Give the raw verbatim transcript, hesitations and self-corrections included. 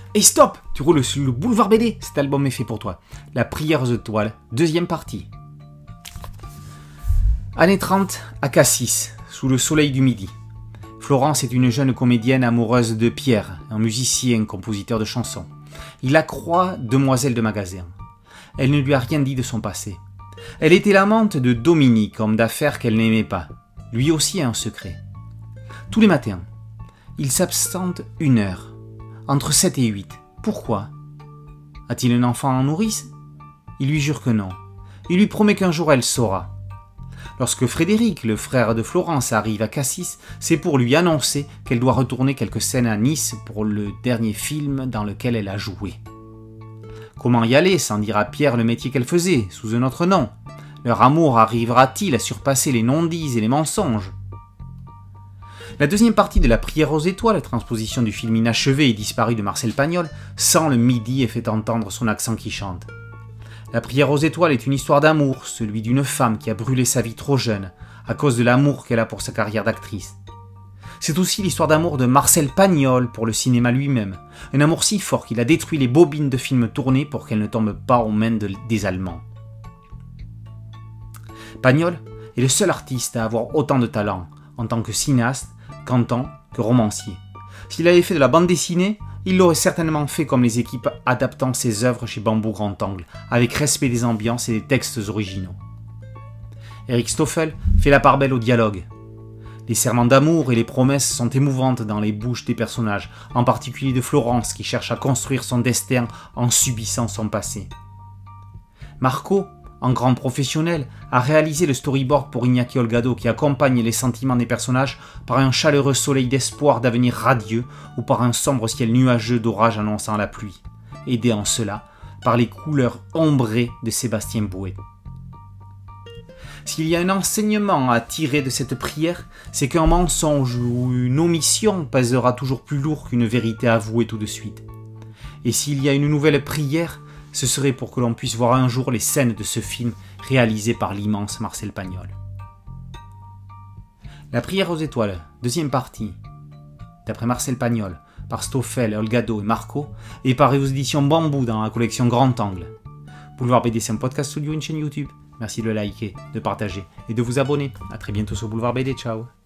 Et stop! Tu roules sur le boulevard B D, cet album est fait pour toi. La prière aux étoiles, deuxième partie. Années trente, à Cassis, sous le soleil du midi. Florence est une jeune comédienne amoureuse de Pierre, un musicien, compositeur de chansons. Il la croit demoiselle de magasin. Elle ne lui a rien dit de son passé. Elle était l'amante de Dominique, homme d'affaires qu'elle n'aimait pas. Lui aussi a un secret. Tous les matins, il s'absente une heure, entre sept et huit. Pourquoi? A-t-il un enfant en nourrice? Il lui jure que non. Il lui promet qu'un jour elle saura. Lorsque Frédéric, le frère de Florence, arrive à Cassis, c'est pour lui annoncer qu'elle doit retourner quelques scènes à Nice pour le dernier film dans lequel elle a joué. Comment y aller sans dire à Pierre le métier qu'elle faisait, sous un autre nom? Leur amour arrivera-t-il à surpasser les non-dits et les mensonges? La deuxième partie de La prière aux étoiles, transposition du film inachevé et disparu de Marcel Pagnol, sent le midi et fait entendre son accent qui chante. La prière aux étoiles est une histoire d'amour, celui d'une femme qui a brûlé sa vie trop jeune, à cause de l'amour qu'elle a pour sa carrière d'actrice. C'est aussi l'histoire d'amour de Marcel Pagnol pour le cinéma lui-même, un amour si fort qu'il a détruit les bobines de films tournés pour qu'elles ne tombent pas aux mains de, des Allemands. Pagnol est le seul artiste à avoir autant de talent, en tant que cinéaste, qu'en tant que romancier. S'il avait fait de la bande dessinée, il l'aurait certainement fait comme les équipes adaptant ses œuvres chez Bambou Grand Angle, avec respect des ambiances et des textes originaux. Eric Stoffel fait la part belle au dialogue. Les serments d'amour et les promesses sont émouvantes dans les bouches des personnages, en particulier de Florence qui cherche à construire son destin en subissant son passé. Marco, en grand professionnel, a réalisé le storyboard pour Iñaki Holgado qui accompagne les sentiments des personnages par un chaleureux soleil d'espoir d'avenir radieux ou par un sombre ciel nuageux d'orage annonçant la pluie, aidé en cela par les couleurs ombrées de Sébastien Bouet. S'il y a un enseignement à tirer de cette prière, c'est qu'un mensonge ou une omission pèsera toujours plus lourd qu'une vérité avouée tout de suite. Et s'il y a une nouvelle prière, ce serait pour que l'on puisse voir un jour les scènes de ce film réalisé par l'immense Marcel Pagnol. La prière aux étoiles, deuxième partie, d'après Marcel Pagnol, par Stoffel, Holgado et Marco, et par aux éditions Bambou dans la collection Grand Angle. Boulevard B D, c'est un podcast studio, une chaîne YouTube. Merci de le liker, de partager et de vous abonner. A très bientôt sur Boulevard B D, ciao.